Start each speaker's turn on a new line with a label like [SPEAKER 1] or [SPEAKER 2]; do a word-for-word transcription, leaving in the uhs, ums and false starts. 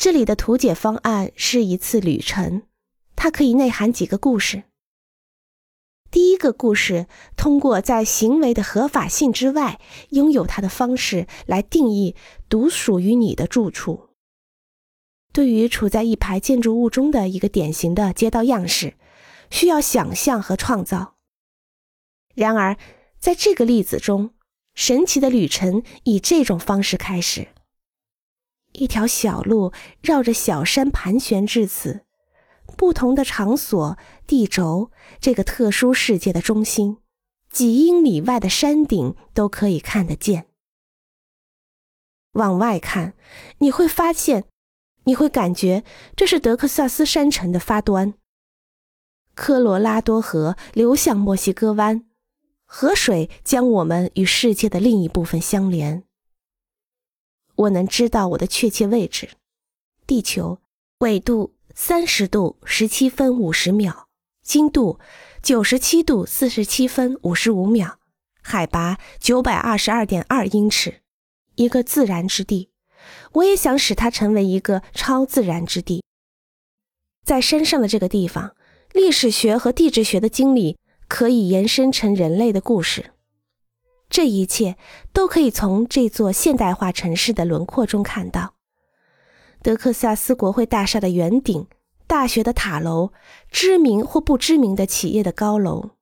[SPEAKER 1] 这里的图解方案是一次旅程，它可以内含几个故事。第一个故事通过在行为的合法性之外拥有它的方式来定义独属于你的住处。对于处在一排建筑物中的一个典型的街道样式，需要想象和创造。然而在这个例子中，神奇的旅程以这种方式开始。一条小路绕着小山盘旋至此，不同的场所、地轴，这个特殊世界的中心，几英里外的山顶都可以看得见。往外看，你会发现，你会感觉这是德克萨斯山城的发端。科罗拉多河流向墨西哥湾，河水将我们与世界的另一部分相连。我能知道我的确切位置，地球，纬度三十度十七分五十秒，经度九十七度四十七分五十五秒，海拔 九百二十二点二英尺，一个自然之地。我也想使它成为一个超自然之地。在山上的这个地方，历史学和地质学的经历可以延伸成人类的故事。这一切都可以从这座现代化城市的轮廓中看到。德克萨斯国会大厦的圆顶，大学的塔楼，知名或不知名的企业的高楼，